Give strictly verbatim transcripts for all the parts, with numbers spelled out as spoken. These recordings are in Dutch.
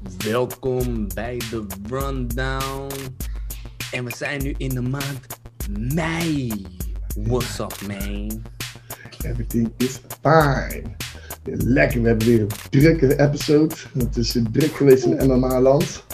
Welkom bij de Rundown. En we zijn nu in de maand mei. What's up, man? Everything is fine. Lekker, we hebben weer een drukke episode. Het is druk geweest in M M A-land.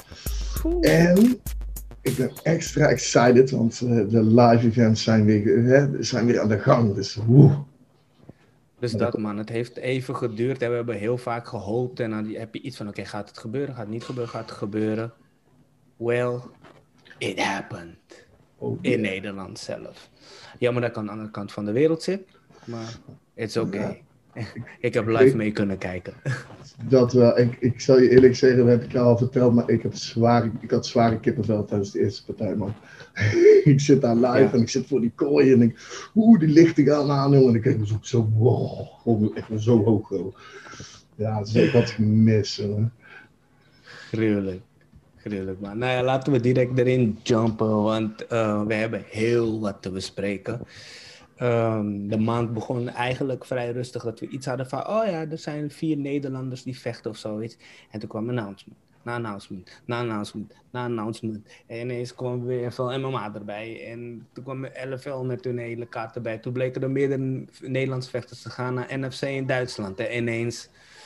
En ik ben extra excited, want uh, de live events zijn weer, hè, zijn weer aan de gang. Dus woe. Dus dat, man. Het heeft even geduurd en we hebben heel vaak gehoopt. En dan heb je iets van, oké, okay, gaat het gebeuren? Gaat het niet gebeuren? Gaat het gebeuren? Well, it happened. Oh, yeah. In Nederland zelf. Jammer dat ik aan de andere kant van de wereld zit. Maar it's okay. Ja. Ik heb live mee kunnen kijken. Dat wel. Ik, ik zal je eerlijk zeggen, dat heb ik al verteld, maar ik, heb zware, ik had zware kippenvel tijdens de eerste partij, man. Ik zit daar live ja. en ik zit voor die kooi en ik, oeh, die lichten gaan aan, jongen. En ik kijk zo, zo, wow, echt zo hoog, hoor. Ja, dat is ook wat mis, hoor. Gruwelijk. Gruwelijk, man. Nou ja, laten we direct erin jumpen, want uh, we hebben heel wat te bespreken. Um, de maand begon eigenlijk vrij rustig, dat we iets hadden van, oh ja, er zijn vier Nederlanders die vechten of zoiets. En toen kwam een announcement, na announcement, na announcement, na announcement. En ineens kwam weer veel M M A erbij. En toen kwam L F L met hun hele kaart erbij. Toen bleken er meerdere Nederlandse vechters te gaan naar N F C in Duitsland. En ineens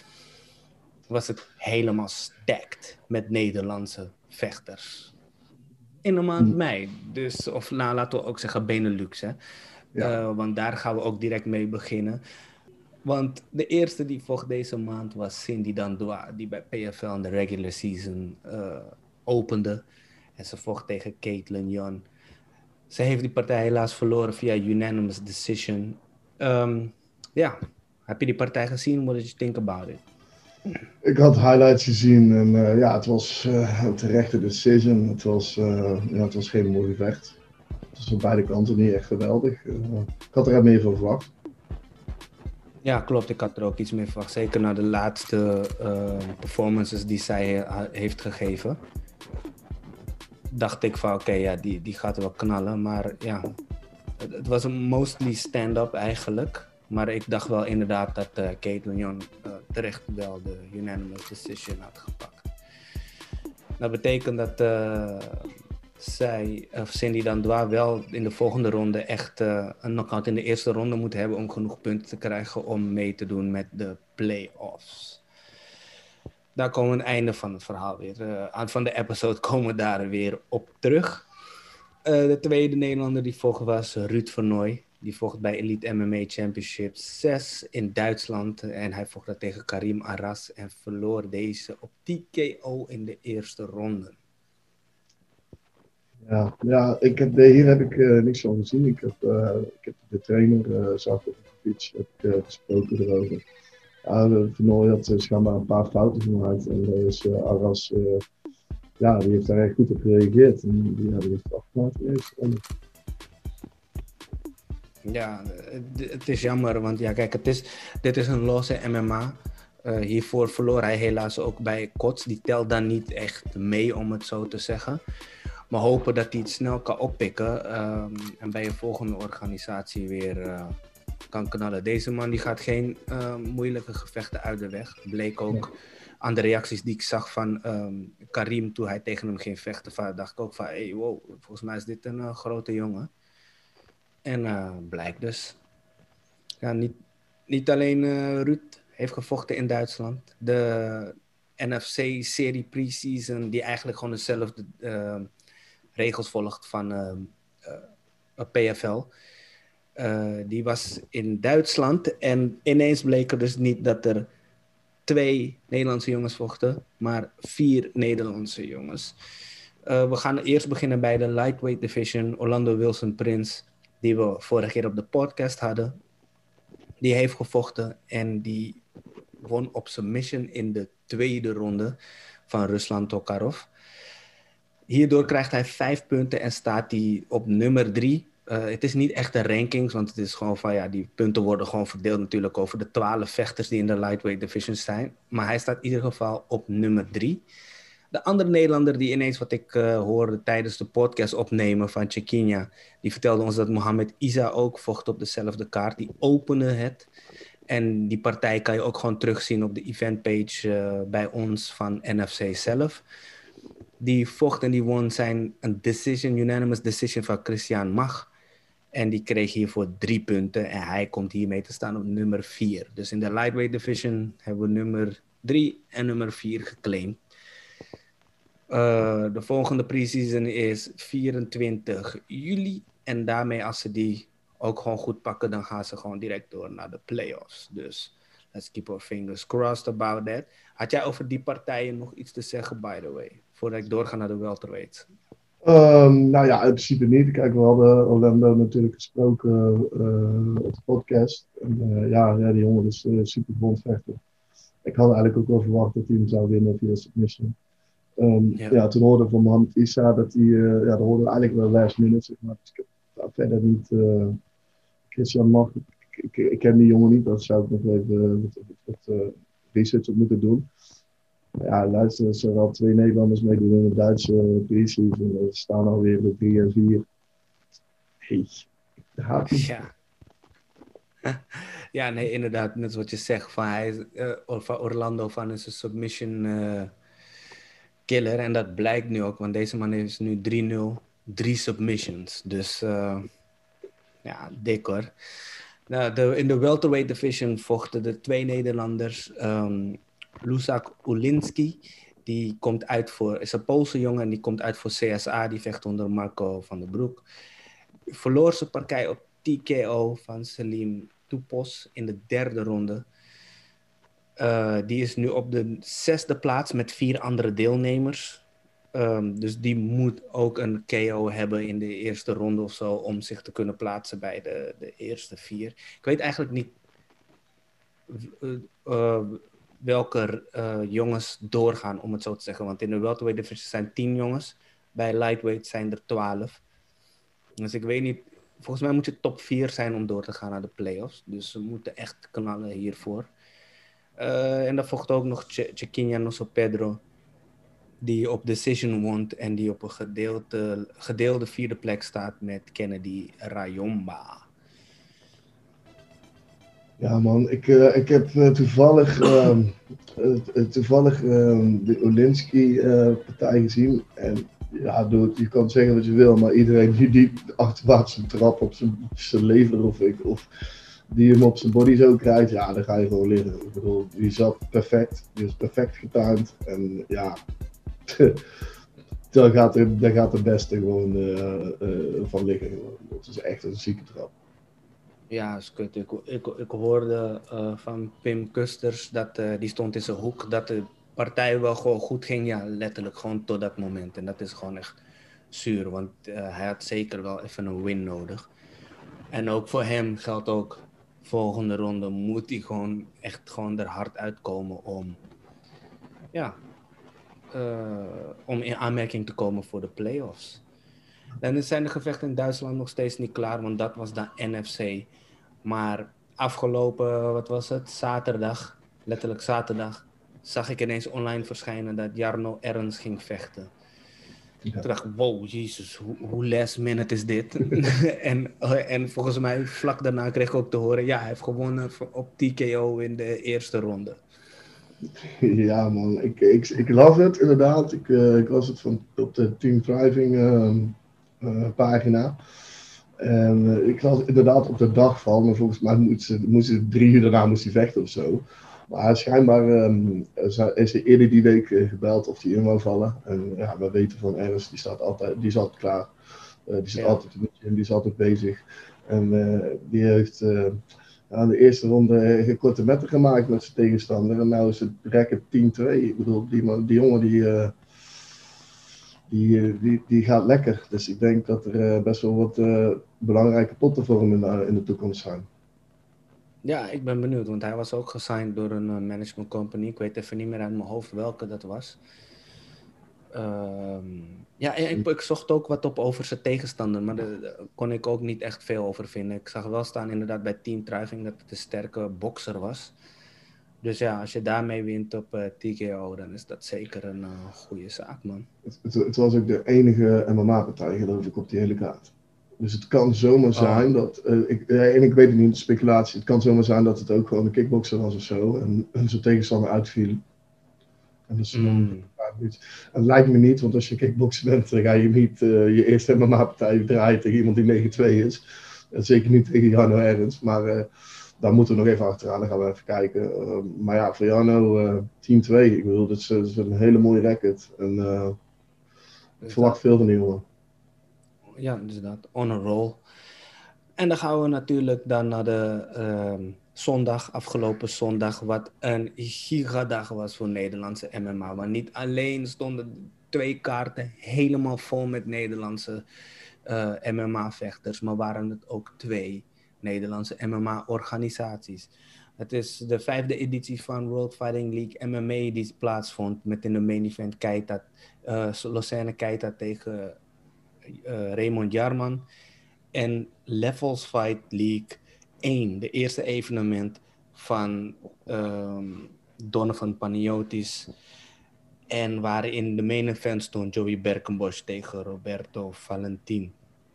was het helemaal stacked met Nederlandse vechters. In de maand mei. Dus, of nou, laten we ook zeggen Benelux, hè. Ja. Uh, want daar gaan we ook direct mee beginnen. Want de eerste die vocht deze maand was Cindy Dandois, die bij P F L in de regular season uh, opende. En ze vocht tegen Caitlin Young. Ze heeft die partij helaas verloren via unanimous decision. Um, ja, heb je die partij gezien? What did you think about it? Ik had highlights gezien en uh, ja, het was uh, een terechte decision. Het was, uh, ja, het was geen mooi gevecht. Het was van beide kanten niet echt geweldig. Uh, ik had er meer van verwacht. Ja, klopt. Ik had er ook iets meer verwacht. Zeker na de laatste uh, performances die zij uh, heeft gegeven. Dacht ik van, oké, okay, ja, die, die gaat wel knallen. Maar ja, het, het was een mostly stand-up eigenlijk. Maar ik dacht wel inderdaad dat uh, Caitlin Young uh, terecht wel de unanimous decision had gepakt. Dat betekent dat uh, zij, of Cindy Dandois wel in de volgende ronde echt uh, een knockout in de eerste ronde moet hebben om genoeg punten te krijgen om mee te doen met de play-offs. Daar komen we aan het einde van het verhaal weer. Uh, aan van de episode komen we daar weer op terug. Uh, de tweede Nederlander die vocht was Ruud Vernooy. Die vocht bij Elite M M A Championship zes in Duitsland. En hij vocht daar tegen Karim Arras en verloor deze op T K O in de eerste ronde. Ja, ja ik heb, hier heb ik uh, niks van gezien. Ik heb, uh, ik heb de trainer, uh, zag op de fiets, heb ik uh, gesproken erover. Ja, Vernooy had uh, schijnbaar een paar fouten gemaakt. En uh, is uh, Arras, uh, ja, die heeft daar echt goed op gereageerd. En die hebben het afgemaakt in de eerste ronde. Ja, het is jammer, want ja, kijk, het is, dit is een losse M M A. Uh, hiervoor verloor hij helaas ook bij Kots. Die telt dan niet echt mee, om het zo te zeggen. Maar hopen dat hij het snel kan oppikken um, en bij een volgende organisatie weer uh, kan knallen. Deze man die gaat geen uh, moeilijke gevechten uit de weg. Bleek ook ja. aan de reacties die ik zag van um, Karim toen hij tegen hem ging vechten. Van, dacht ik ook van, hey, wow, volgens mij is dit een uh, grote jongen. En uh, blijkt dus. Ja, niet, niet alleen uh, Ruud heeft gevochten in Duitsland. De N F C-serie pre-season, die eigenlijk gewoon dezelfde uh, regels volgt van uh, uh, P F L. Uh, die was in Duitsland. En ineens bleek er dus niet dat er twee Nederlandse jongens vochten, maar vier Nederlandse jongens. Uh, we gaan eerst beginnen bij de lightweight division. Orlando Wilson Prince, die we vorige keer op de podcast hadden. Die heeft gevochten en die won op submission in de tweede ronde van Ruslan Tokarov. Hierdoor krijgt hij vijf punten en staat hij op nummer drie. Uh, het is niet echt een rankings, want het is gewoon van ja, die punten worden gewoon verdeeld natuurlijk over de twaalf vechters die in de lightweight division zijn. Maar hij staat in ieder geval op nummer drie. De andere Nederlander die ineens wat ik uh, hoorde tijdens de podcast opnemen van Cekinia, die vertelde ons dat Mohamed Isa ook vocht op dezelfde kaart. Die opende het. En die partij kan je ook gewoon terugzien op de eventpage uh, bij ons van N F C zelf. Die vocht en die won zijn een decision, unanimous decision van Christian Mach. En die kreeg hiervoor drie punten. En hij komt hiermee te staan op nummer vier. Dus in de lightweight division hebben we nummer drie en nummer vier geclaimd. Uh, de volgende preseason is vierentwintig juli. En daarmee als ze die ook gewoon goed pakken, dan gaan ze gewoon direct door naar de playoffs. Dus let's keep our fingers crossed about that. Had jij over die partijen nog iets te zeggen, by the way? Voordat ik doorga naar de welterweight. Um, nou ja, in principe niet. Kijk, we hadden Orlando natuurlijk gesproken uh, op de podcast. En uh, ja, ja, die jongen is uh, super grondvechter. Ik had eigenlijk ook wel verwacht dat hij hem zou winnen via submission. Um, ja. ja, toen hoorde van Mohamed Issa dat hij, uh, ja, dat hoorde eigenlijk wel last minute, zeg maar. Dus ik heb nou, verder niet, uh, Christian Mach, ik, ik, ik ken die jongen niet, dat zou ik nog even wat, wat uh, research op moeten doen. Ja, luister, er zijn al twee Nederlanders meedoen in de Duitse pre-season. Er staan alweer de drie en vier. Hey, dat gaat niet. Ja. Ja, nee, inderdaad, net wat je zegt. Van, hij, uh, van Orlando van is een submission uh, killer. En dat blijkt nu ook, want deze man is nu drie nul, drie submissions. Dus uh, ja, dik hoor. Nou, de, in de welterweight division vochten de twee Nederlanders. Um, Lusak Ulinski, die komt uit voor, is een Poolse jongen en die komt uit voor C S A. Die vecht onder Marco van den Broek. Verloor zijn partij op T K O van Selim Toepos in de derde ronde. Uh, die is nu op de zesde plaats met vier andere deelnemers. Um, dus die moet ook een K O hebben in de eerste ronde of zo om zich te kunnen plaatsen bij de, de eerste vier. Ik weet eigenlijk niet uh, uh, welke uh, jongens doorgaan, om het zo te zeggen. Want in de welterweight division zijn tien jongens. Bij lightweight zijn er twaalf. Dus ik weet niet. Volgens mij moet je top vier zijn om door te gaan naar de playoffs. Dus ze moeten echt knallen hiervoor. Uh, en dan vocht ook nog Chiquinha Nosso Pedro. Die op decision won en die op een gedeelde, gedeelde vierde plek staat met Kennedy Rayomba. Ja man, ik, uh, ik heb uh, toevallig, uh, uh, toevallig uh, de Ulinski-partij uh, gezien. En ja, dude, je kan zeggen wat je wil, maar iedereen die die achterwaartse trap op zijn, zijn lever of, ik, of die hem op zijn body zo krijgt, ja, dan ga je gewoon liggen. Ik bedoel, die zat perfect, die is perfect getimed en ja, daar gaat, er, daar gaat de beste gewoon uh, uh, van liggen. Dat is echt een zieke trap. Ja, is kut. Ik, ik, ik hoorde uh, van Pim Kusters, dat, uh, die stond in zijn hoek, dat de partij wel gewoon goed ging. Ja, letterlijk gewoon tot dat moment. En dat is gewoon echt zuur, want uh, hij had zeker wel even een win nodig. En ook voor hem geldt ook, volgende ronde moet hij gewoon echt gewoon er hard uitkomen om, ja, uh, om in aanmerking te komen voor de playoffs. Dan zijn de gevechten in Duitsland nog steeds niet klaar, want dat was de N F C. Maar afgelopen, wat was het, zaterdag, letterlijk zaterdag, zag ik ineens online verschijnen dat Jarno Ernst ging vechten. Ja. Toen dacht ik, wow, jezus, hoe, hoe last minute is dit? en, en volgens mij, vlak daarna kreeg ik ook te horen, ja, hij heeft gewonnen op T K O in de eerste ronde. Ja man, ik, ik, ik las het inderdaad. Ik, uh, ik las het van, op de Team Thriving uh, uh, pagina. En uh, ik las het inderdaad op de dag van, maar volgens mij moest ze, moest ze drie uur daarna moest hij vechten of zo. Maar schijnbaar um, is hij eerder die week uh, gebeld of hij in wou vallen. En ja, we weten van Ernst, die staat altijd, die is altijd klaar. Uh, die zit ja. altijd in de gym, die is altijd bezig. En uh, die heeft uh, aan de eerste ronde uh, korte metten gemaakt met zijn tegenstander. En nu is het record tien twee. Ik bedoel, die, die jongen die... Uh, Die, die, die gaat lekker. Dus ik denk dat er uh, best wel wat uh, belangrijke potten voor hem in de, in de toekomst zijn. Ja, ik ben benieuwd, want hij was ook gesigned door een uh, management company. Ik weet even niet meer uit mijn hoofd welke dat was. Uh, ja, en ik, ik zocht ook wat op over zijn tegenstander, maar daar kon ik ook niet echt veel over vinden. Ik zag wel staan inderdaad bij Team Thriving dat het een sterke bokser was. Dus ja, als je daarmee wint op uh, T K O, dan is dat zeker een uh, goede zaak, man. Het, het, het was ook de enige M M A-partij, geloof ik, op die hele kaart. Dus het kan zomaar zijn oh. dat, uh, ik, en ik weet het niet, speculatie, het kan zomaar zijn dat het ook gewoon een kickboxer was of zo en, en zijn tegenstander uitviel. En dat is mm. dan, niet. En het lijkt me niet, want als je kickboxer bent, dan ga je niet uh, je eerste M M A-partij draaien tegen iemand die negen twee is. En zeker niet tegen Jarno Errens, maar uh, daar moeten we nog even achteraan, dan gaan we even kijken. Uh, maar ja, voor Jarno uh, tien twee, ik bedoel, dat is, dat is een hele mooie record. En uh, ik verwacht veel van die jongen. Ja, dus dat, on a roll. En dan gaan we natuurlijk dan naar de uh, zondag, afgelopen zondag, wat een gigadag was voor Nederlandse M M A. Want niet alleen stonden twee kaarten helemaal vol met Nederlandse uh, M M A-vechters, maar waren het ook twee Nederlandse M M A-organisaties. Het is de vijfde editie van World Fighting League M M A die plaatsvond met in de main event Keita, uh, Losene Keita tegen uh, Raymond Jarman. En Levels Fight League één, de eerste evenement van um, Donovan Paniotis. En waarin de main event stond Joey Berkenbosch tegen Roberto Valentin.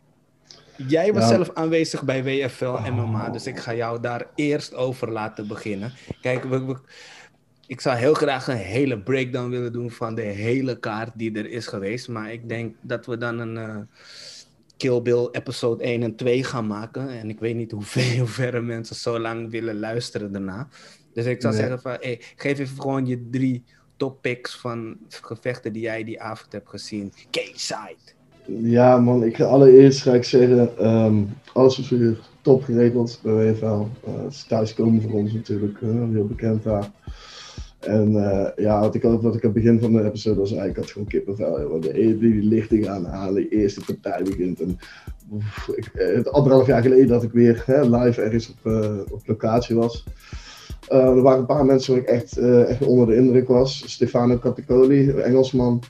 Jij was ja. zelf aanwezig bij W F L M M A, dus ik ga jou daar eerst over laten beginnen. Kijk, we, we, ik zou heel graag een hele breakdown willen doen van de hele kaart die er is geweest. Maar ik denk dat we dan een uh, Kill Bill episode één en twee gaan maken. En ik weet niet hoe ver, hoe ver mensen zo lang willen luisteren daarna. Dus ik zou nee. zeggen van, hey, geef even gewoon je drie top picks van gevechten die jij die avond hebt gezien. K-side. Ja man, ik ga allereerst ga ik zeggen, um, alles is weer top geregeld bij W F L. Uh, het is thuiskomen voor ons natuurlijk, uh, heel bekend daar. En uh, ja, wat ik, wat ik aan het begin van de episode al zei, ik had gewoon kippenvel. Want de die, die lichting aanhalen, de eerste partij begint. En, oef, ik, het anderhalf jaar geleden dat ik weer hè, live ergens op, uh, op locatie was. Uh, er waren een paar mensen waar ik echt, uh, echt onder de indruk was. Stefano Catticoli, Engelsman.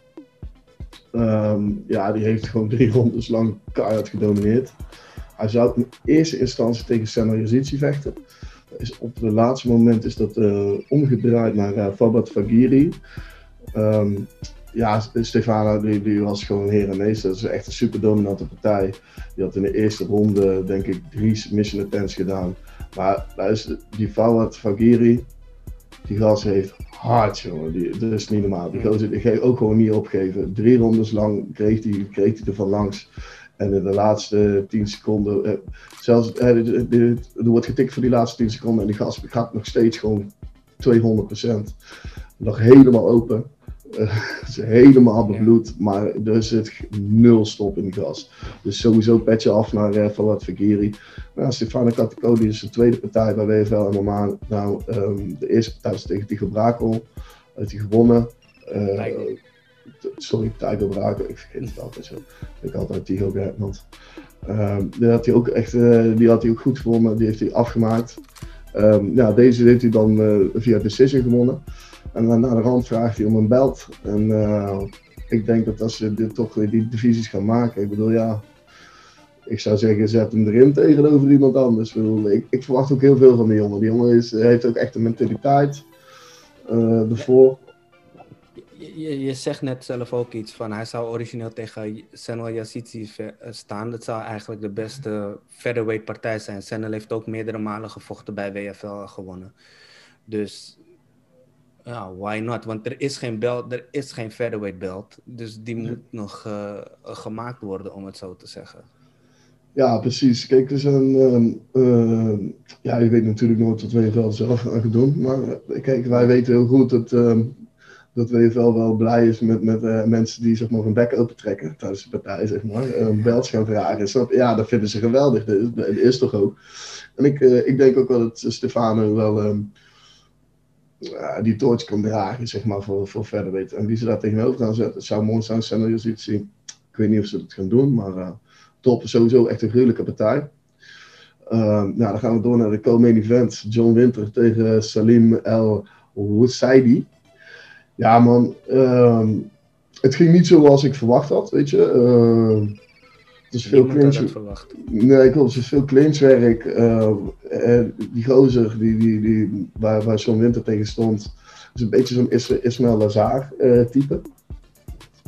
Um, ja, die heeft gewoon drie rondes lang keihard gedomineerd. Hij zou in eerste instantie tegen Senna Yazici vechten. Is op het laatste moment is dat uh, omgedraaid naar uh, Fabat Fagiri. Um, ja, Stefano die, die was gewoon heer en meester. Dat is echt een super dominante partij. Die had in de eerste ronde denk ik drie mission attempts gedaan. Maar luister, die Fabat Fagiri, die gast heeft hard, jongen. Die, dat is niet normaal. Die gozer die ging ook gewoon niet opgeven. Drie rondes lang kreeg hij kreeg hij er van langs. En in de laatste tien seconden, eh, zelfs, eh, de, de, er wordt getikt voor die laatste tien seconden en die gast gaat nog steeds gewoon tweehonderd procent. Nog helemaal open. Uh, is helemaal bebloed, ja. Maar er zit nul stop in die gast. Dus sowieso petje af naar uh, Fawad Fagiri. Nou, Stefano Catticoli is de tweede partij bij W F L M M A. Nou, um, de eerste partij was tegen Tycho Brakel. Heeft hij gewonnen. Uh, sorry, Tycho Brakel. Ik vergeet het altijd zo. Ik had altijd Tycho Bergmans. Um, die had hij ook echt, uh, die had hij ook goed gewonnen. Die heeft hij afgemaakt. Um, ja, deze heeft hij dan uh, via decision gewonnen. En dan naar de rand vraagt hij om een belt. En uh, ik denk dat als ze dit toch weer die divisies gaan maken, ik bedoel ja, ik zou zeggen zet hem erin tegenover iemand anders. Ik, bedoel, ik, ik verwacht ook heel veel van die jongen. Die jongen is, heeft ook echt een mentaliteit uh, ervoor. Je, je zegt net zelf ook iets van, hij zou origineel tegen Senel Yazici staan. Dat zou eigenlijk de beste featherweight partij zijn. Senel heeft ook meerdere malen gevochten bij W F L gewonnen. Dus ja, why not? Want er is geen belt, er is geen featherweight belt. Dus die moet nog uh, gemaakt worden, om het zo te zeggen. Ja, precies. Kijk, er zijn, uh, uh, ja, je weet natuurlijk nooit wat W F L zelf gaat doen. Maar uh, kijk, wij weten heel goed dat, uh, dat W F L wel blij is met, met uh, mensen die zeg maar hun bek open trekken tijdens de partij, zeg maar. Uh, een belts gaan dragen. Snap? Ja, dat vinden ze geweldig. Dat is, dat is toch ook. En ik, uh, ik denk ook wel dat Stefano wel Um, Uh, die torch kan dragen, zeg maar, voor, voor verder weten. En wie ze daar tegenover gaan zetten, het zou mooi zijn, Senna Yazici. Ik weet niet of ze dat gaan doen, maar uh, top is sowieso echt een gruwelijke partij. Uh, nou, dan gaan we door naar de co-main event. John Winter tegen Salim El Houssaidi. Ja man, uh, het ging niet zoals ik verwacht had, weet je. Uh, Het is veel clinch. Nee, ik het is veel clinchwerk. Uh, uh, die gozer die, die, die, waar, waar John Winter tegen stond, is een beetje zo'n Is- Ismail Lazar uh, type.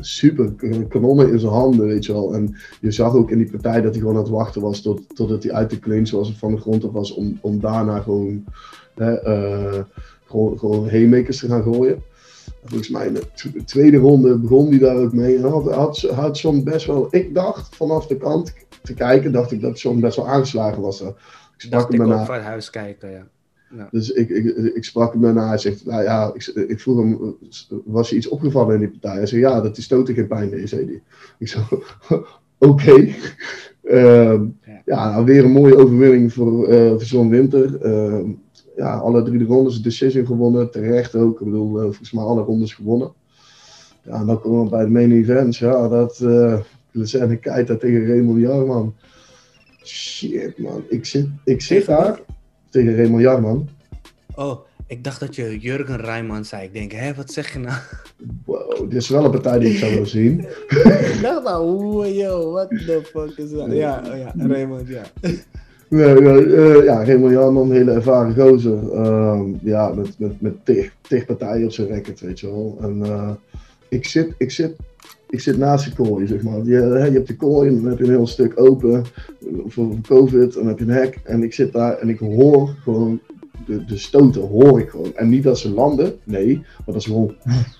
super kanonnen in zijn handen, weet je wel. En je zag ook in die partij dat hij gewoon aan het wachten was tot, totdat hij uit de clinch was of van de grond af was om, om daarna gewoon, hè, uh, gewoon, gewoon haymakers te gaan gooien. Volgens mij in de tweede ronde begon hij daar ook mee en had, had, had John best wel, ik dacht vanaf de kant te kijken, dacht ik dat John best wel aangeslagen was. Ik sprak hem daarna. Ik ook van huis kijken, ja. Ja. Dus ik, ik, ik sprak hem daarna, hij zegt, nou ja, ik, ik vroeg hem, was je iets opgevallen in die partij? Hij zei, ja, dat die stoten geen pijn deed, zei hij. Ik zei, oké. Okay. Uh, ja, ja nou, weer een mooie overwinning voor, uh, voor John Winter. Uh, ja, alle drie de rondes, decision gewonnen, terecht ook. Ik bedoel, uh, volgens mij alle rondes gewonnen. Ja, en dan komen we bij de main events, ja, dat, uh, Lucerne Keita tegen Raymond Jarman. Shit, man, ik zit, ik zit daar... Tegen Raymond Jarman. Oh, ik dacht dat je Jurgen Rijman zei. Ik denk, hé, wat zeg je nou? Wow, dit is wel een partij die ik zou willen zien. Ik dacht nou, yo, what the fuck is dat? Ja, oh ja, Raymond, ja. Nee, nee, uh, ja, Raymond Jarman, een hele ervaren gozer. Uh, ja, met, met, met tig, tig partijen op zijn record, weet je wel. En uh, ik zit, ik zit... Ik zit naast de kooi, zeg maar. Je, je hebt de kooi en dan heb je een heel stuk open voor COVID en dan heb je een hek. En ik zit daar en ik hoor gewoon de, de stoten, hoor ik gewoon. En niet dat ze landen, nee, maar dat ze gewoon...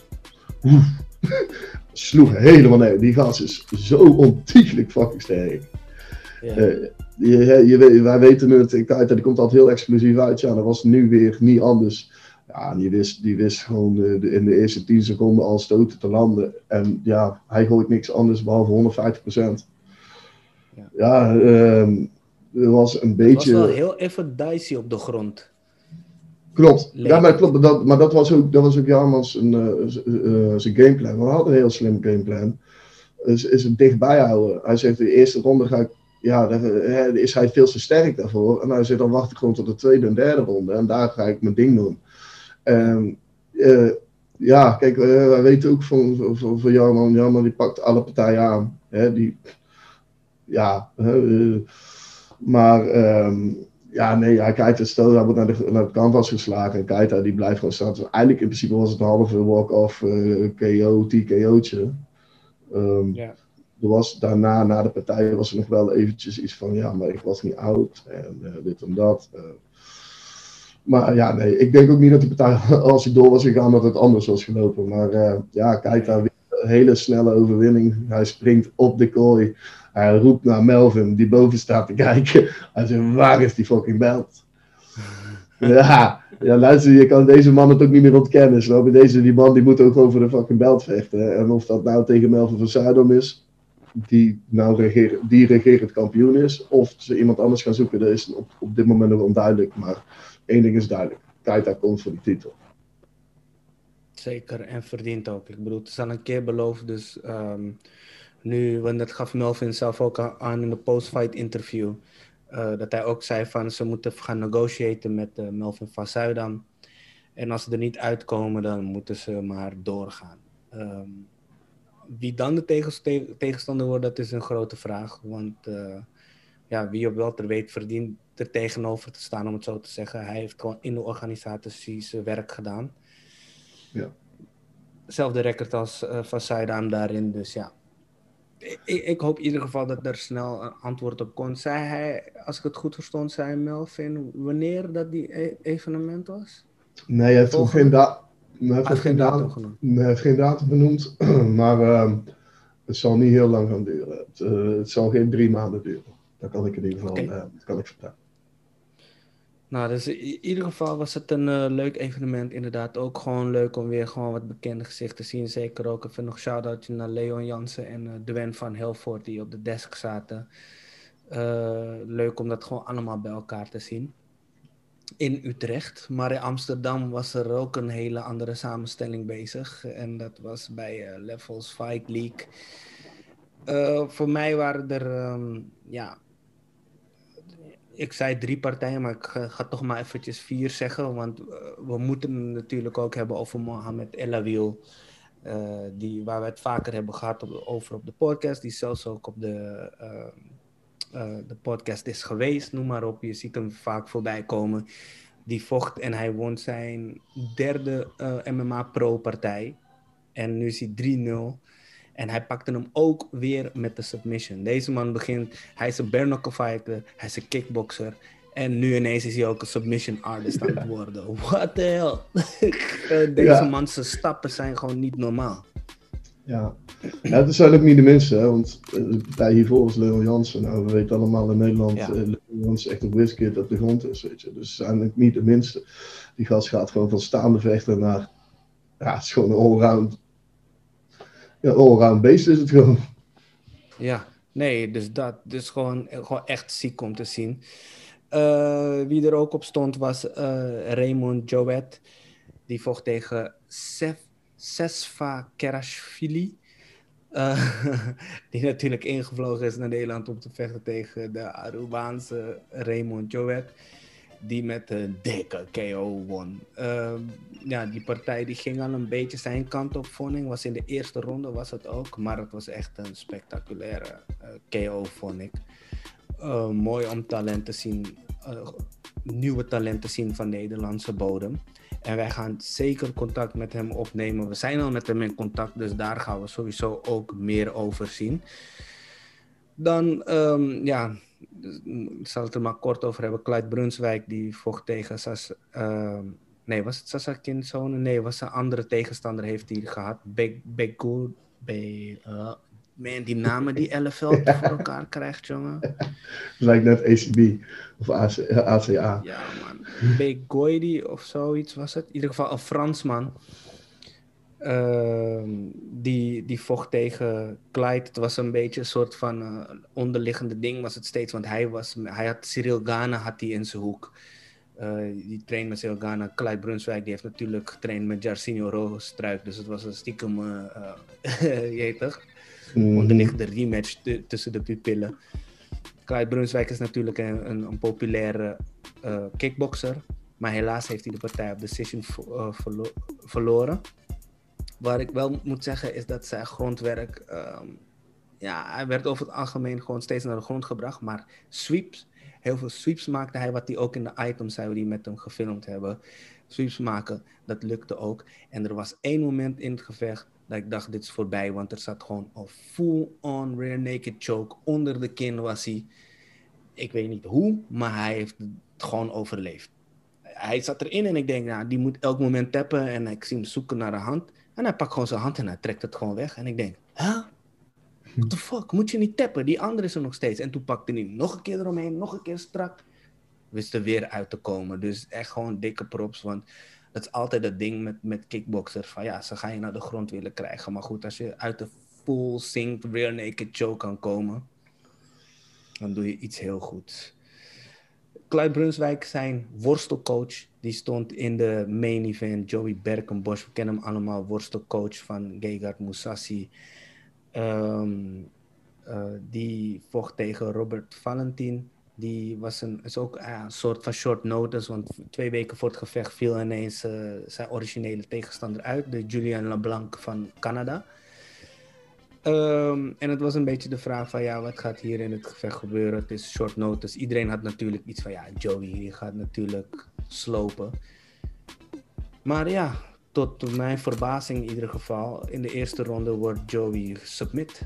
sloeg helemaal neer. Die gast is zo ontiegelijk fucking sterk. Ja. Uh, je, je, wij weten het, Keita die komt altijd heel explosief uit. Ja, dat was nu weer niet anders. Ja, die wist, die wist gewoon de, de, in de eerste tien seconden al stoten te landen. En ja, hij gooit niks anders behalve honderdvijftig procent. Ja, ja um, er was een beetje... Het was wel heel even dicey op de grond. Klopt. Leek. Ja, maar klopt. Maar dat, maar dat was ook, dat was ook Jarmans uh, uh, zijn gameplan. We hadden een heel slim gameplan. Is, is het dichtbij houden. Hij zegt, de eerste ronde ga ik... Ja, daar is hij veel te sterk daarvoor. En hij zegt, dan wacht ik gewoon tot de tweede en derde ronde. En daar ga ik mijn ding doen. Um, uh, ja, kijk, uh, wij weten ook van, van, van Jarman, Jarman die pakt alle partijen aan. Hè, die, ja, uh, maar um, ja, nee, hij kijkt het stel, hij wordt naar de, naar de canvas geslagen en Keita die blijft gewoon staan. Dus eigenlijk in principe was het een halve walk-off uh, K O, T K O'tje. Um, yeah. Er was daarna, na de partij, was er nog wel eventjes iets van, ja, maar ik was niet oud en uh, dit en dat. Uh, Maar ja, nee, ik denk ook niet dat die partij, als hij door was gegaan, dat het anders was gelopen. Maar uh, ja, kijk daar weer een hele snelle overwinning. Hij springt op de kooi. Hij roept naar Melvin, die boven staat te kijken. Hij zegt, waar is die fucking belt? Ja, ja, luister, je kan deze man het ook niet meer ontkennen. Snap je? Deze die man die moet ook over de fucking belt vechten. En of dat nou tegen Melvin van Zuidam is, die nou regeer, die regerend kampioen is, of ze iemand anders gaan zoeken, dat is op, op dit moment nog onduidelijk. Maar één ding is duidelijk, Keita komt voor die titel. Zeker, en verdient ook. Ik bedoel, het is al een keer beloofd, dus um, nu, want dat gaf Melvin zelf ook aan in de post-fight interview, uh, dat hij ook zei van ze moeten gaan negotiëren met uh, Melvin van Zuidam. En als ze er niet uitkomen, dan moeten ze maar doorgaan. Um, wie dan de tegenstander wordt, dat is een grote vraag, want uh, ja, wie op welterweight verdient er tegenover te staan, om het zo te zeggen. Hij heeft gewoon in de organisatie zijn werk gedaan. Ja. Zelfde record als uh, van Zuidam daarin, dus ja. Ik, ik hoop in ieder geval dat er snel een antwoord op komt. Zei hij, als ik het goed verstond, zei Melvin wanneer dat die e- evenement was? Nee, hij heeft nog geen, da- hij heeft geen, datum genoemd. Nee, hij heeft geen datum benoemd, maar uh, het zal niet heel lang gaan duren. Het, uh, het zal geen drie maanden duren. Dat kan ik in ieder geval okay. uh, kan ik vertellen. Nou, dus in ieder geval was het een uh, leuk evenement. Inderdaad, ook gewoon leuk om weer gewoon wat bekende gezichten te zien. Zeker ook even nog shout-outje naar Leon Jansen en uh, Dwen van Helvoort die op de desk zaten. Uh, leuk om dat gewoon allemaal bij elkaar te zien. In Utrecht, maar in Amsterdam was er ook een hele andere samenstelling bezig. En dat was bij uh, Levels Fight League. Uh, voor mij waren er, um, ja... Ik zei drie partijen, maar ik ga, ga toch maar eventjes vier zeggen. Want uh, we moeten het natuurlijk ook hebben over Mohamed El Awil. Uh, die, waar we het vaker hebben gehad op, over op de podcast. Die zelfs ook op de, uh, uh, de podcast is geweest, noem maar op. Je ziet hem vaak voorbij komen. Die vocht en hij won zijn derde uh, M M A pro-partij. En nu is hij drie nul. En hij pakte hem ook weer met de submission. Deze man begint, hij is een bare knuckle fighter, hij is een kickboxer. En nu ineens is hij ook een submission artist aan het worden. What the hell? Deze Ja. man zijn stappen zijn gewoon niet normaal. Ja, ja het zijn ook niet de minste, hè, want de partij hiervoor was Leon Jansen. Nou, we weten allemaal in Nederland, Ja. uh, Leon Jansen is echt een whiskit op de grond is, weet je. Dus ze zijn ook niet de minste. Die gast gaat gewoon van staande vechter naar, ja, het is gewoon een allround, ja, allround beest is het gewoon. Ja, nee, dus dat is gewoon, gewoon echt ziek om te zien. Uh, wie er ook op stond was uh, Raymond Joet. Die vocht tegen Sef, Sesfa Kerashvili. Uh, die natuurlijk ingevlogen is naar Nederland om te vechten tegen de Arubaanse Raymond Joet. Die met een dikke K O won. Uh, ja, die partij die ging al een beetje zijn kant op, vond ik. Was in de eerste ronde was het ook. Maar het was echt een spectaculaire uh, K O, vond ik. Uh, mooi om talent te zien. Uh, nieuwe talent te zien van Nederlandse bodem. En wij gaan zeker contact met hem opnemen. We zijn al met hem in contact, dus daar gaan we sowieso ook meer over zien. Dan, um, ja, ik zal het er maar kort over hebben. Clyde Brunswijk, die vocht tegen Sas... Uh, nee, was het Sasa Kinzone? Nee, was een andere tegenstander heeft hij gehad. Big, Big Good... Be, uh, man, die namen die L F L ja. voor elkaar krijgt, jongen. Lijkt net A C B of A C A. Ja, man. Begoidi of zoiets was het. In ieder geval een Fransman. Uh, die, die vocht tegen Clyde. Het was een beetje een soort van uh, onderliggende ding was het steeds. Want hij, was, hij had Cyril Gane had hij in zijn hoek. Uh, die trainde met Cyril Gane. Clyde Brunswijk die heeft natuurlijk getraind met Jairzinho Rozenstruik. Dus het was een stiekem, uh, uh, je weet toch? Mm-hmm. Onderliggende rematch t- tussen de pupillen. Clyde Brunswijk is natuurlijk een, een, een populaire uh, kickboxer. Maar helaas heeft hij de partij op decision vo- uh, verlo- verloren. Waar ik wel moet zeggen is dat zijn grondwerk... Um, ja, hij werd over het algemeen gewoon steeds naar de grond gebracht. Maar sweeps, heel veel sweeps maakte hij. Wat hij ook in de items zei die met hem gefilmd hebben. Sweeps maken, dat lukte ook. En er was één moment in het gevecht dat ik dacht, dit is voorbij. Want er zat gewoon een full-on rear naked choke. Onder de kin was hij. Ik weet niet hoe, maar hij heeft het gewoon overleefd. Hij zat erin en ik denk, nou, die moet elk moment tappen. En ik zie hem zoeken naar de hand. En hij pakt gewoon zijn hand en hij trekt het gewoon weg. En ik denk, huh? What the fuck? Moet je niet tappen? Die andere is er nog steeds. En toen pakte hij nog een keer eromheen, nog een keer strak. Wist er weer uit te komen. Dus echt gewoon dikke props. Want dat is altijd het ding met, met kickboxers. Van ja, ze gaan je naar de grond willen krijgen. Maar goed, als je uit de full synced rear naked choke kan komen, dan doe je iets heel goeds. Clyde Brunswijk, zijn worstelcoach, die stond in de main event. Joey Berkenbosch, we kennen hem allemaal, worstelcoach van Gegard Mousasi. Um, uh, die vocht tegen Robert Valentin. Die was een, is ook uh, een soort van short notice, want twee weken voor het gevecht viel ineens uh, zijn originele tegenstander uit, de Julien LeBlanc van Canada. Um, en het was een beetje de vraag van, ja, wat gaat hier in het gevecht gebeuren? Het is short notice. Iedereen had natuurlijk iets van, ja, Joey die gaat natuurlijk slopen. Maar ja, tot mijn verbazing in ieder geval, in de eerste ronde wordt Joey submit.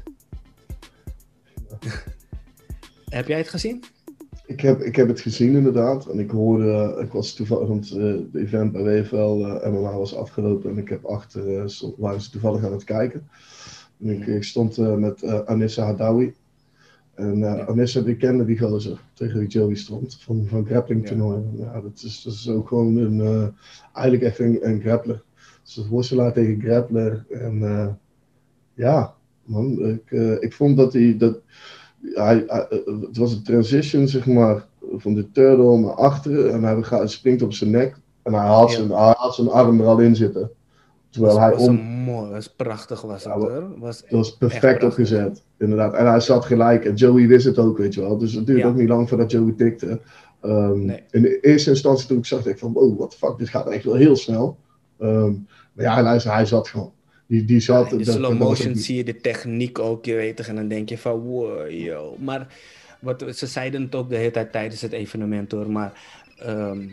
Heb jij het gezien? Ik heb, ik heb het gezien inderdaad. En ik hoorde, ik was toevallig, want uh, de event bij W F L uh, M M A was afgelopen. En ik heb achter, uh, stond, waren ze toevallig aan het kijken. En ik, ik stond uh, met uh, Anissa Hadawi. En uh, ja. Anissa die kende die gozer tegen wie Joey stond. Van, van grappling toernooien. Ja. Ja, dat, is, dat is ook gewoon een, uh, eigenlijk echt een, een grappler. Dus een worstelaar tegen grappler. En uh, ja, man. Ik, uh, ik vond dat hij... Dat, Hij, hij, het was een transition, zeg maar, van de turtle naar achteren en hij gaat, springt op zijn nek en hij haalt, ja. zijn, hij haalt zijn arm er al in zitten. Terwijl was, hij was om... mooi, was prachtig was het, ja, hoor. Was dat was perfect opgezet, inderdaad. En hij zat gelijk en Joey wist het ook, weet je wel. Dus het duurde ja. ook niet lang voordat Joey tikte. Um, nee. In de eerste instantie toen ik zag, dacht ik van, oh, what the fuck, dit gaat echt wel heel snel. Um, maar ja, luister, hij zat gewoon. Die, die zat, ja, in de slow motion ook... zie je de techniek ook, je weet toch, en dan denk je van wow, yo. Maar wat, ze zeiden het ook de hele tijd tijdens het evenement hoor, maar um,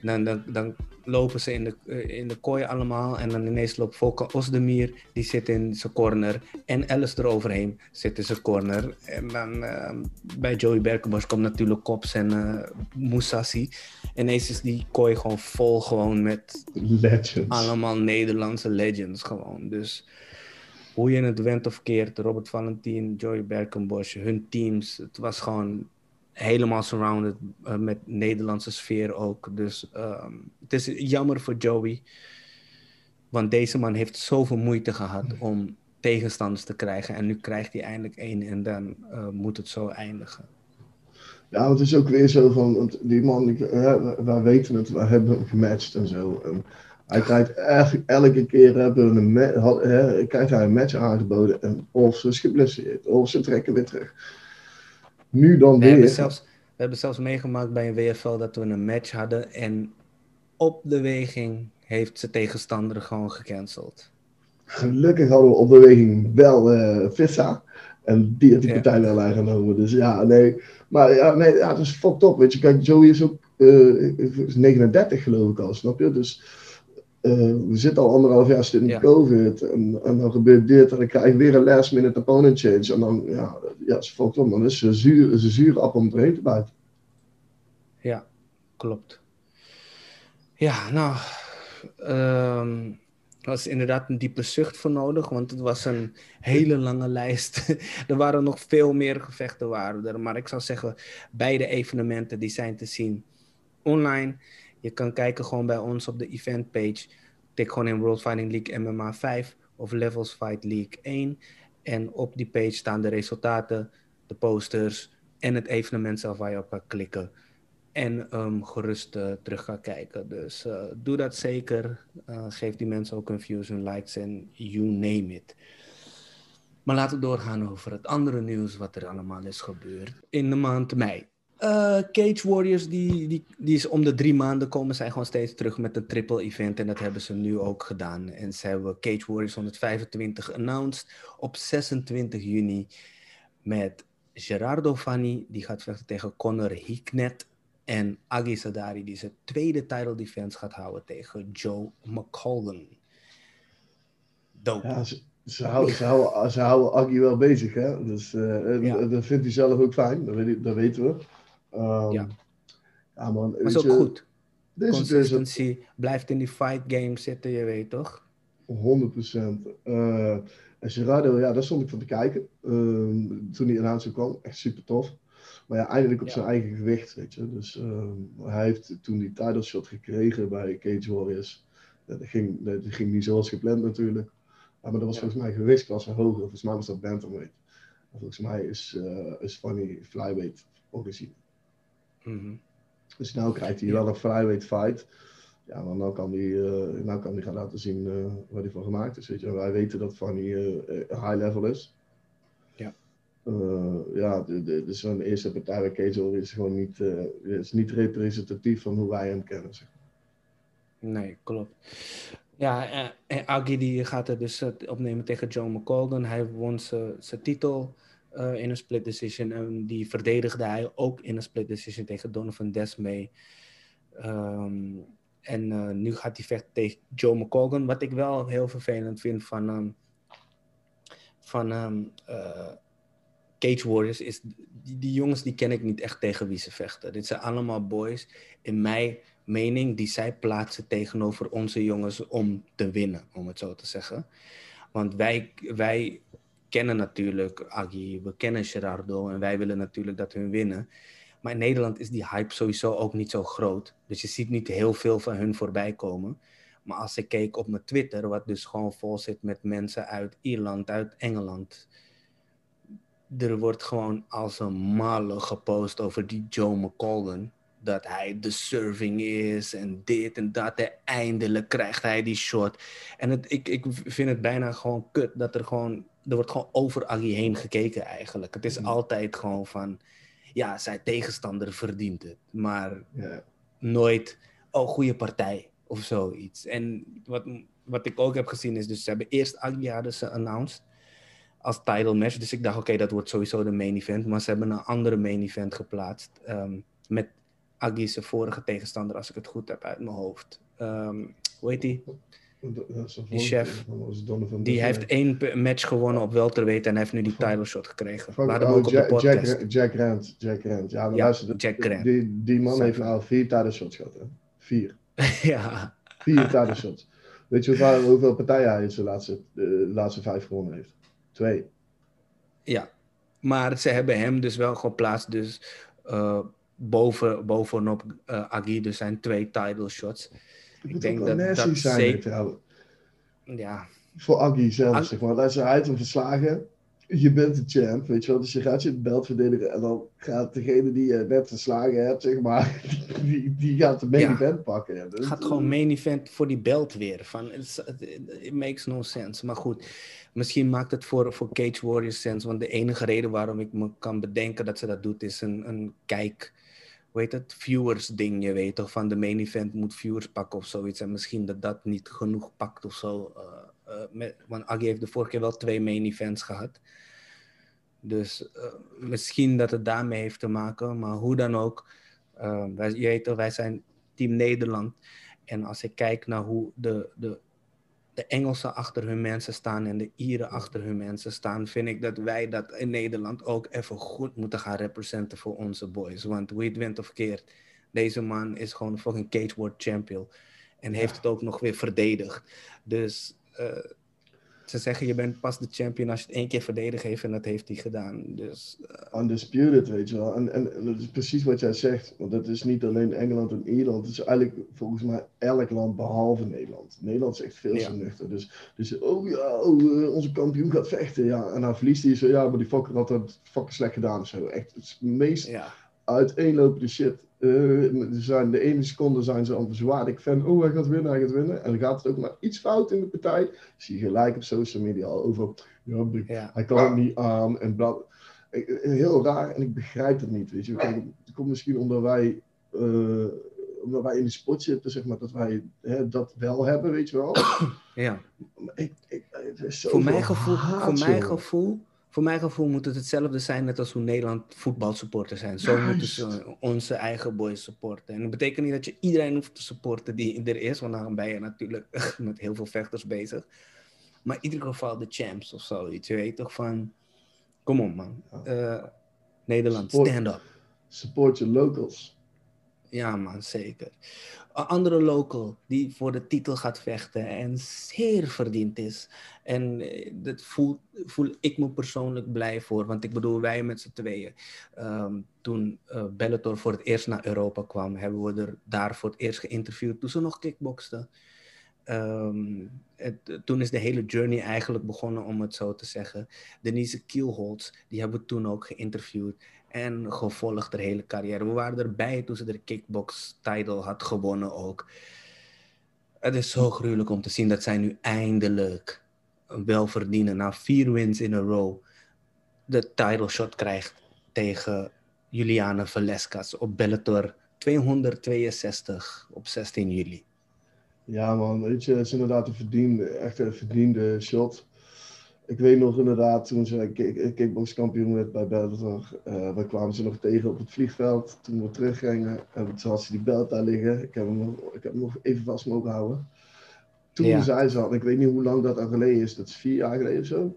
Dan, dan, dan lopen ze in de, uh, in de kooi allemaal. En dan ineens loopt Volkan Ozdemir. Die zit in zijn corner. En Alice eroverheen zit in zijn corner. En dan uh, bij Joey Berkenbosch komt natuurlijk Kops en uh, Moussassi. Ineens is die kooi gewoon vol gewoon met legends. Allemaal Nederlandse legends gewoon. Dus hoe je het went of keert. Robert Valentin, Joey Berkenbosch, hun teams. Het was gewoon helemaal surrounded uh, met Nederlandse sfeer ook. Dus um, het is jammer voor Joey. Want deze man heeft zoveel moeite gehad om tegenstanders te krijgen. En nu krijgt hij eindelijk één en dan uh, moet het zo eindigen. Ja, het is ook weer zo van, want die man, ik, uh, wij weten het, we hebben hem gematcht en zo. En hij krijgt eigenlijk elke keer hebben een ma- had, uh, krijgt hij een match aangeboden. En of ze is geblesseerd, of ze trekken weer terug. Nu dan we weer. Hebben zelfs, we hebben zelfs meegemaakt bij een W F L dat we een match hadden. En op de weging heeft zijn tegenstander gewoon gecanceld. Gelukkig hadden we op de weging wel uh, Vissa. En die heeft die Ja. partij wel aangenomen. Dus ja, nee. Maar ja, nee, ja, het is fucked up. Weet je, kijk, Joey is ook uh, is negenendertig geloof ik al, snap je? Dus uh, we zitten al anderhalf jaar stil in Ja. COVID. En, en dan gebeurt dit. En dan krijg ik weer een last minute opponent change. En dan, ja, ja het is fucked up, man. Dat is een zuur, is een zure appel om erheen te bijten. Ja, klopt. Ja, nou... Um... Er was inderdaad een diepe zucht voor nodig, want het was een hele lange lijst. Er waren nog veel meer gevechten waren er, maar ik zou zeggen, beide evenementen die zijn te zien online. Je kan kijken gewoon bij ons op de eventpage. Tik gewoon in World Fighting League M M A vijf of Levels Fight League één. En op die page staan de resultaten, de posters en het evenement zelf waar je op kan klikken. En um, gerust uh, terug gaan kijken. Dus uh, doe dat zeker. Uh, geef die mensen ook hun views, hun likes en you name it. Maar laten we doorgaan over het andere nieuws wat er allemaal is gebeurd in de maand mei. Uh, Cage Warriors, die, die, die is om de drie maanden komen zij gewoon steeds terug met een triple event. En dat hebben ze nu ook gedaan. En ze hebben Cage Warriors honderdvijfentwintig announced op zesentwintig juni. Met Gerardo Fanni, die gaat vechten tegen Conor Hicknet. En Agi Sadari, die zijn tweede title defense gaat houden tegen Joe McColgan. Dope. Ja, ze, ze, houden, ze, houden, ze houden Agi wel bezig, hè. Dus uh, ja. Dat vindt hij zelf ook fijn, dat, weet, dat weten we. Um, ja. ja, man. Maar is ook je, goed. Deze, Consistency, deze... blijft in die fight game zitten, je weet toch? honderd procent. Uh, en Gerardo, ja, daar stond ik van te kijken. Uh, toen hij in kwam, echt super tof. Maar ja, eindelijk op ja. zijn eigen gewicht, weet je. Dus uh, hij heeft toen die title shot gekregen bij Cage Warriors. Ja, dat, ging, dat ging niet zoals gepland natuurlijk. Ja, maar dat was ja. volgens mij gewichtsklasse hoger. Volgens mij was dat bantamweight. En volgens mij is, uh, is Fanny flyweight origine. Mm-hmm. Dus nu krijgt hij ja. wel een flyweight fight. Ja, want nou kan hij uh, nou kan hij gaan laten zien uh, waar hij van gemaakt is. Weet je. En wij weten dat Fanny uh, high level is. Ja. Uh, ja, de, de, dus zo'n eerste partij bij Cage is gewoon niet, uh, is niet representatief van hoe wij hem kennen. Zeg. Nee, klopt. Ja, en Agi die gaat er dus opnemen tegen Joe McColgan. Hij won zijn titel uh, in een split decision. En die verdedigde hij ook in een split decision tegen Donovan Desmay. Um, en uh, nu gaat hij vechten tegen Joe McColgan. Wat ik wel heel vervelend vind van, um, van um, uh, Cage Warriors is... Die, die jongens die ken ik niet echt tegen wie ze vechten. Dit zijn allemaal boys, in mijn mening, die zij plaatsen tegenover onze jongens om te winnen, om het zo te zeggen. Want wij, wij kennen natuurlijk Agi, we kennen Gerardo en wij willen natuurlijk dat hun winnen. Maar in Nederland is die hype sowieso ook niet zo groot. Dus je ziet niet heel veel van hun voorbij komen. Maar als ik keek op mijn Twitter, wat dus gewoon vol zit met mensen uit Ierland, uit Engeland. Er wordt gewoon als een malle gepost over die Joe McColgan. Dat hij de serving is en dit en dat. En eindelijk krijgt hij die shot. En het, ik, ik vind het bijna gewoon kut dat er gewoon... Er wordt gewoon over Agi heen gekeken eigenlijk. Het is mm. altijd gewoon van... Ja, zijn tegenstander verdient het. Maar yeah. nooit... Oh, goede partij. Of zoiets. En wat, wat ik ook heb gezien is... Dus ze hebben eerst Agi hadden ze announced... als title match. Dus ik dacht, oké, okay, dat wordt sowieso de main event. Maar ze hebben een andere main event geplaatst. Um, met Agi's vorige tegenstander, als ik het goed heb uit mijn hoofd. Um, hoe heet die? Die chef. Die heeft één match gewonnen op welterweight en hij heeft nu die title shot gekregen. Van, We hadden hem oh, ook op Jack, de podcast. Jack, Jack Grant. Jack Grant. Ja, maar ja, luister, Jack Grant. Die, die man Zijn heeft nou vier title shots gehad. Hè? Vier. ja. Vier title shots. Weet je hoeveel, hoeveel partijen hij in zijn laatste, de laatste vijf gewonnen heeft? Twee. Ja, maar ze hebben hem dus wel geplaatst. Dus uh, boven, bovenop uh, Agi, dus zijn twee title shots. Ik Ik denk dat dat dat zijn zeker... trouwens. Ja. Voor Agi zelf, Ag... zeg maar. Als hij uit hem verslagen, je bent de champ, weet je wel. Dus je gaat je het belt verdedigen en dan gaat degene die je net verslagen hebt, zeg maar, die, die gaat de main ja. event pakken. Ja. Dus, gaat gewoon main event voor die belt weer. Van, it, it makes no sense. Maar goed, misschien maakt het voor, voor Cage Warriors sense, want de enige reden waarom ik me kan bedenken dat ze dat doet, is een, een kijk... Hoe heet het? Viewers ding, je weet toch? Van de main event moet viewers pakken of zoiets. En misschien dat dat niet genoeg pakt of zo. Uh, uh, met, want Agi heeft de vorige keer wel twee main events gehad. Dus uh, misschien dat het daarmee heeft te maken. Maar hoe dan ook. Uh, wij, je weet toch, wij zijn Team Nederland. En als ik kijk naar hoe de... de de Engelsen achter hun mensen staan en de Ieren achter hun mensen staan, vind ik dat wij dat in Nederland ook even goed moeten gaan representen voor onze boys. Want hoe je het wint of keert, deze man is gewoon een fucking Cage World Champion. En ja. heeft het ook nog weer verdedigd. Dus uh, ze zeggen, je bent pas de champion als je het één keer verdedigd heeft en dat heeft hij gedaan. Dus, uh... Undisputed, weet je wel. En, en, en dat is precies wat jij zegt. Want dat is niet alleen Engeland en Ierland. Het is eigenlijk volgens mij elk land behalve Nederland. Nederland is echt veel te ja. nuchter. Dus, dus, oh ja, oh, onze kampioen gaat vechten. Ja. En dan verliest hij zo, ja, maar die fucker had het fucking slecht gedaan of zo. Echt, het is het meest ja. uiteenlopende shit. Uh, zijn, de ene seconde zijn ze al zwaardig fan. Oh, hij gaat winnen, hij gaat winnen. En dan gaat het ook maar iets fout in de partij. Zie je gelijk op social media al over. Ja, ja. Hij kan het niet aan. En bla. Heel raar en ik begrijp het niet. Weet je. Kijk, het komt misschien omdat wij, uh, omdat wij in de sport zitten, zeg maar, dat wij hè, dat wel hebben, weet je wel. Ja. Maar ik, ik, het is zo voor, mijn gevoel, haat, voor mijn gevoel. Voor mijn gevoel moet het hetzelfde zijn net als hoe Nederland voetbalsupporters zijn. Zo Juist. moeten ze onze eigen boys supporten. En dat betekent niet dat je iedereen hoeft te supporten die er is, want dan ben je natuurlijk met heel veel vechters bezig. Maar in ieder geval de champs of zoiets. Je weet toch van, kom op man. Uh, Nederland, support, stand up. Support your locals. Ja man, zeker. Een andere local die voor de titel gaat vechten en zeer verdiend is. En dat voel, voel ik me persoonlijk blij voor. Want ik bedoel, wij met z'n tweeën. Um, toen uh, Bellator voor het eerst naar Europa kwam, hebben we er daar voor het eerst geïnterviewd toen ze nog kickboksten. Um, het, toen is de hele journey eigenlijk begonnen, om het zo te zeggen. Denise Kielholz, die hebben we toen ook geïnterviewd en gevolgd de hele carrière. We waren erbij toen ze de kickbox title had gewonnen ook. Het is zo gruwelijk om te zien dat zij nu eindelijk wel verdienen, na vier wins in a row, de title shot krijgt tegen Juliana Velasquez op Bellator tweehonderdtweeënzestig op zestien juli. Ja man, weet je, het is inderdaad een verdiende, echt een verdiende shot. Ik weet nog inderdaad, toen ze kickbokskampioen werd bij Bellator, uh, we kwamen ze nog tegen op het vliegveld toen we teruggingen. En toen had ze die belt daar liggen, ik heb hem nog, ik heb hem nog even vast mogen houden. Toen ja. zei ze al, ik weet niet hoe lang dat al geleden is, dat is vier jaar geleden of zo?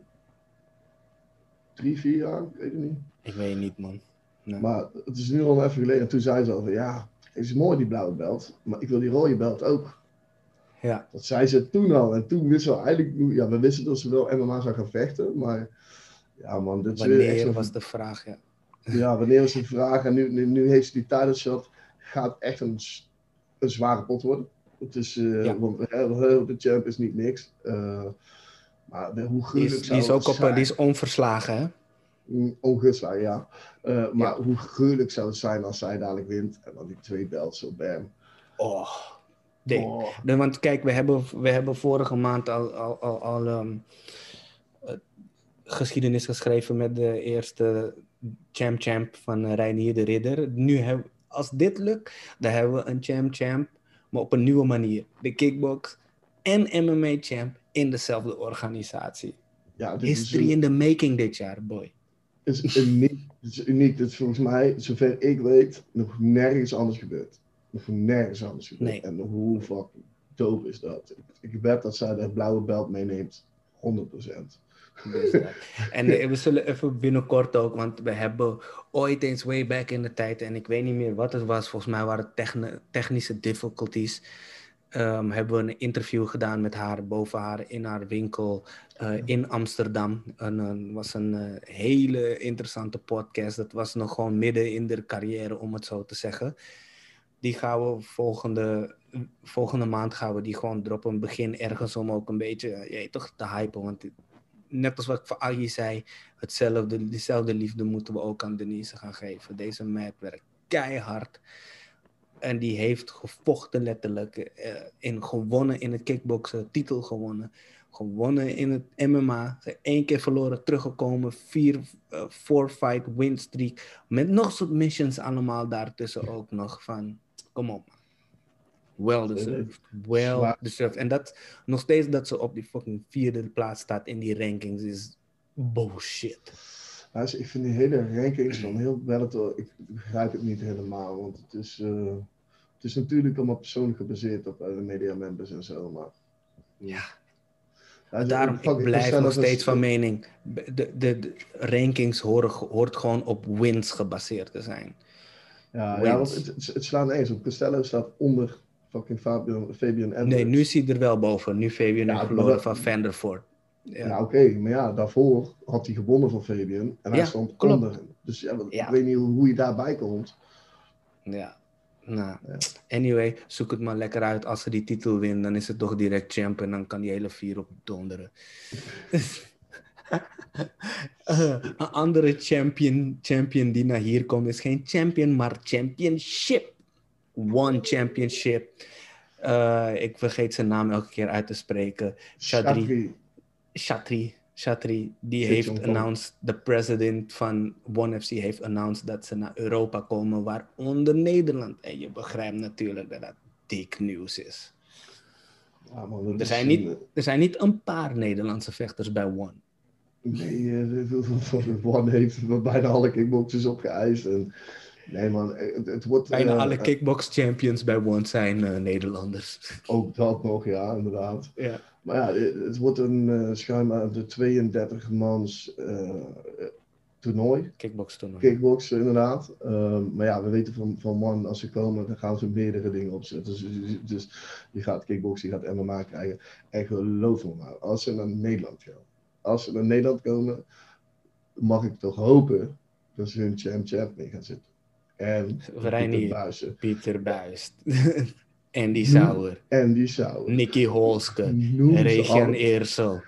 Drie, vier jaar, ik weet het niet. Ik weet het niet man. Nee. Maar het is nu al even geleden en toen zei ze al van ja, het is mooi die blauwe belt, maar ik wil die rode belt ook. Ja. Dat zei ze toen al. En toen wisten we eigenlijk... Ja, we wisten dat ze wel M M A zou gaan vechten. Maar... Ja man, dit is wanneer weer echt was de vraag, ja. Ja, wanneer was de vraag. En nu, nu, nu heeft ze die title shot. Gaat echt een, een zware pot worden. Het is... Uh, ja. Want de champ is niet niks. Uh, maar hoe gruwelijk die is, die is ook op, zijn... Die is onverslagen, hè? Ongeslagen, ja. Uh, maar ja. hoe gruwelijk zou het zijn als zij dadelijk wint. En dan die twee belts zo bam. Oh... Oh. De, want kijk, we hebben, we hebben vorige maand al, al, al, al um, uh, geschiedenis geschreven met de eerste champ-champ van uh, Reinier de Ridder. Nu hebben, als dit lukt, dan hebben we een champ-champ, maar op een nieuwe manier. De kickbox en M M A-champ in dezelfde organisatie. Ja, History is... in the making dit jaar, boy. is uniek. Het is uniek. Het is volgens mij, zover ik weet, nog nergens anders gebeurd. Nog nergens anders gebeurd. Nee. En hoe fucking dope is dat? Ik, ik weet dat zij de blauwe belt meeneemt. honderd procent. Dus dat. En uh, we zullen even binnenkort ook, want we hebben ooit eens way back in de tijd, en ik weet niet meer wat het was, volgens mij waren het techni- technische difficulties, um, hebben we een interview gedaan met haar, boven haar, in haar winkel uh, in Amsterdam. En het uh, was een uh, hele interessante podcast. Dat was nog gewoon midden in de carrière, om het zo te zeggen. Die gaan we volgende, volgende maand gaan we die gewoon droppen, begin ergens om ook een beetje, uh, ja, toch te hypen, want net als wat ik voor Aggie zei, hetzelfde, diezelfde liefde moeten we ook aan Denise gaan geven. Deze meid werkt keihard. En die heeft gevochten letterlijk. Uh, in, gewonnen in het kickboksen, titel gewonnen. Gewonnen in het M M A. Ze één keer verloren, teruggekomen. Vier, uh, four fight win streak. Met nog submissions allemaal daartussen ook nog van. Kom op. Well deserved. Well deserved. En dat, nog steeds dat ze op die fucking vierde plaats staat in die rankings is bullshit. Nou, ik vind die hele rankings van heel Bellator, ik begrijp het niet helemaal, want het is, uh, het is natuurlijk allemaal persoonlijk gebaseerd op uh, de media members en zo, maar... Ja. Ja, daarom, ik blijf nog steeds van mening, de, de, de rankings horen, hoort gewoon op wins gebaseerd te zijn. Ja, ja want het, het, het slaat eens op. Costello staat onder fucking Fabian, Fabian Edwards. Nee, nu is hij er wel boven. Nu Fabian ja, heeft verloren dat, van Vanderford. Ja, nou, oké, okay, maar ja, daarvoor had hij gewonnen van Fabian en hij ja, stond klopt. onder. Dus ja, ja. ik weet niet hoe, hoe je daarbij komt. Ja, nou, ja. Anyway, zoek het maar lekker uit. Als ze die titel winnen, dan is het toch direct champ en dan kan die hele vier op donderen. uh, een andere champion, champion die naar hier komt is geen champion, maar championship. One championship. Uh, ik vergeet zijn naam elke keer uit te spreken. Chatri. Chatri. Chatri. Die Zit heeft announced, de president van ONE F C heeft announced dat ze naar Europa komen, waaronder Nederland. En je begrijpt natuurlijk dat dat dik nieuws is. Ja, man, dat er, zijn is niet, een... er zijn niet een paar Nederlandse vechters bij ONE. Nee, uh, ONE heeft bijna alle kickboxers opgeëist. En... Nee man, het, het wordt... Bijna uh, alle kickbox champions bij ONE zijn uh, Nederlanders. Ook dat nog, ja, inderdaad. Ja. Maar ja, het, het wordt een uh, schijnbaar de tweeëndertig mans uh, toernooi. Kickbox toernooi. Kickbox, inderdaad. Uh, maar ja, we weten van, van ONE, als ze komen, dan gaan ze meerdere dingen opzetten. Dus, dus, dus je gaat kickbox, je gaat M M A krijgen. En geloof me maar, als ze naar Nederland gaan. Als ze naar Nederland komen, mag ik toch hopen dat ze hun champ-champ mee gaan zitten. En Pieter Buijs. Pieter Buijs. Andy Sauer. Andy Sauer. Nicky Holske. Regan Eersel.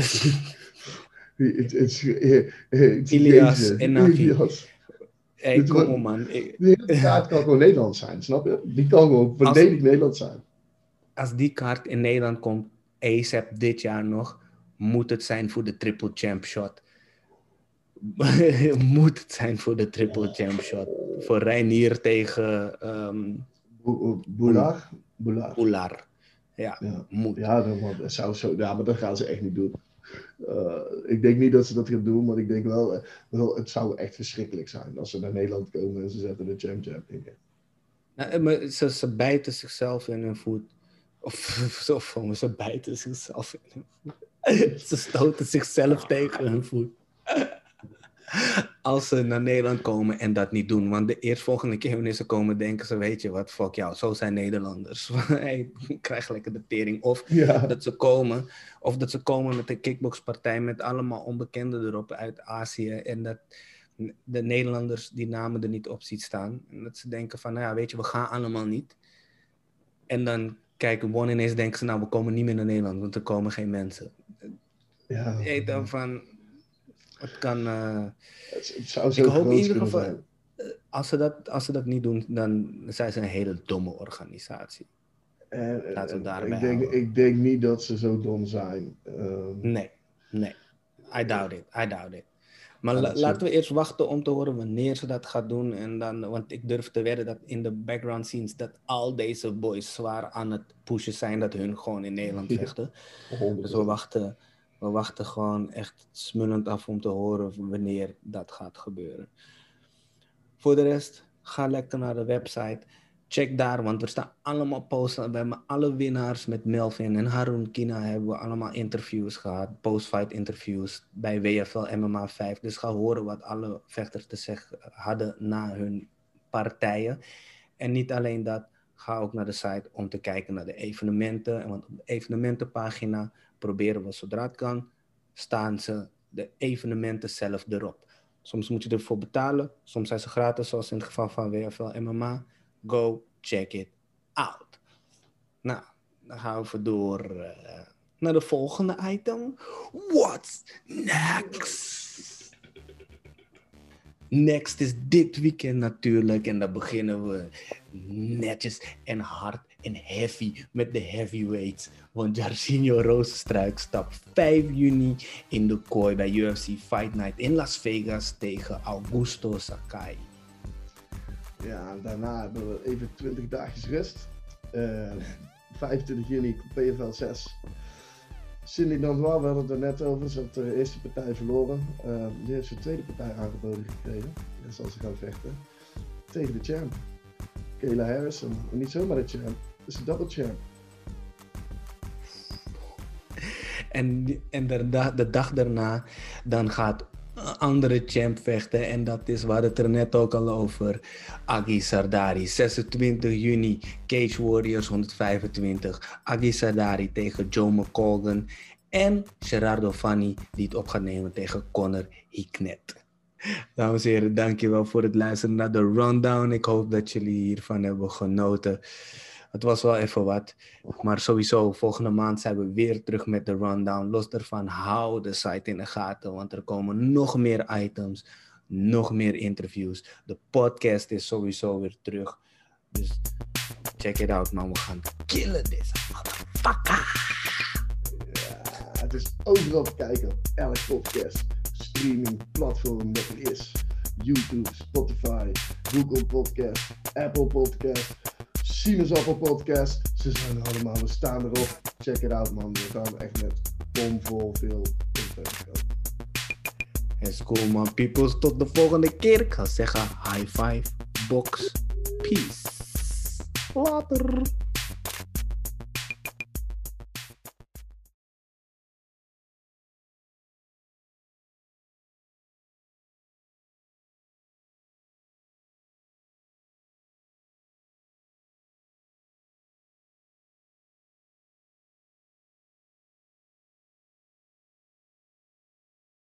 Ilias Enafi. Hey, kom op man. Die hele kaart kan gewoon Nederland zijn, snap je? Die kan gewoon volledig Nederland zijn. Als die kaart in Nederland komt, A S A P dit jaar nog, moet het zijn voor de triple champ shot. Moet het zijn voor de triple champ shot. Voor Reinier tegen um, Boulard. Boulard. Ja, ja, moet. Ja, dat zou zo, ja, maar dat gaan ze echt niet doen. Uh, ik denk niet dat ze dat gaan doen, maar ik denk wel, uh, wel, het zou echt verschrikkelijk zijn als ze naar Nederland komen en ze zetten de champ champ in. Nou, maar ze, ze bijten zichzelf in hun voet. Of zo van, ze bijten zichzelf in hun voet. Ze stoten zichzelf tegen hun voet. Als ze naar Nederland komen en dat niet doen. Want de eerstvolgende keer wanneer ze komen, denken ze, weet je wat, fuck jou, zo zijn Nederlanders. Hey, krijg lekker de tering. Of ja. dat ze komen, of dat ze komen met een kickboxpartij met allemaal onbekenden erop uit Azië. En dat de Nederlanders die namen er niet op ziet staan. En dat ze denken van, nou ja, weet je, we gaan allemaal niet. En dan kijken ONE ineens, denken ze, nou, we komen niet meer naar Nederland, want er komen geen mensen. Ja. Je weet dan van... Het kan... Uh, het, het zou zo ik hoop in ieder geval... zijn. Als ze, dat, als ze dat niet doen, dan zijn ze een hele domme organisatie. En, Laten we daarbij ik, denk, ik denk niet dat ze zo dom zijn. Um, nee, nee. I doubt it, I doubt it. Maar la, laten we eerst wachten om te horen wanneer ze dat gaat doen. En dan, want ik durf te wedden dat in de background scenes dat al deze boys zwaar aan het pushen zijn dat hun gewoon in Nederland vechten. Ja, dus we wachten... we wachten gewoon echt smullend af om te horen wanneer dat gaat gebeuren. Voor de rest, ga lekker naar de website. Check daar, want er staan allemaal posts. We hebben alle winnaars met Melvin en Harun Kina hebben we allemaal interviews gehad. Post-fight interviews bij W F L M M A vijf. Dus ga horen wat alle vechters te zeggen hadden na hun partijen. En niet alleen dat, ga ook naar de site om te kijken naar de evenementen. Want op de evenementenpagina proberen we zodra het kan, staan ze de evenementen zelf erop. Soms moet je ervoor betalen, soms zijn ze gratis, zoals in het geval van W F L M M A. Go check it out. Nou, dan gaan we even door uh, naar de volgende item. What's next? Next is dit weekend natuurlijk. En dan beginnen we netjes en hard en heavy met de heavyweights. Want Jairzinho Rozenstruik stapt vijf juni in de kooi bij U F C Fight Night in Las Vegas tegen Augusto Sakai. Ja, en daarna hebben we even twintig dagjes rust. Uh, vijfentwintig juni P F L zes. Cindy Dandois, we hadden het er net over, ze had de eerste partij verloren. Uh, die heeft zijn tweede partij aangeboden gekregen. En zal ze gaan vechten tegen de champ. Kayla Harrison. En niet zomaar de champ, het is de double champ. En, en de, de dag daarna, dan gaat een andere champ vechten. En dat is, we hadden het er net ook al over. Agi Sardari, zesentwintig juni, Cage Warriors honderdvijfentwintig. Agi Sardari tegen Joe McColgan. En Gerardo Fanni, die het op gaat nemen tegen Conor Hiknet. Dames en heren, dankjewel voor het luisteren naar de rundown. Ik hoop dat jullie hiervan hebben genoten. Het was wel even wat. Maar sowieso, volgende maand zijn we weer terug met de rundown. Los daarvan, hou de site in de gaten. Want er komen nog meer items. Nog meer interviews. De podcast is sowieso weer terug. Dus check it out, man. We gaan killen deze motherfucker. Ja, het is overal te kijken op elk podcast. Streaming platform dat er is. YouTube, Spotify, Google Podcast, Apple Podcast, Sinaasappel Podcast. Ze zijn er allemaal, we staan erop. Check it out, man. We gaan echt met bomvol veel content. Het is cool, man. Peoples, tot de volgende keer. Ik ga zeggen high five, box, peace. Later.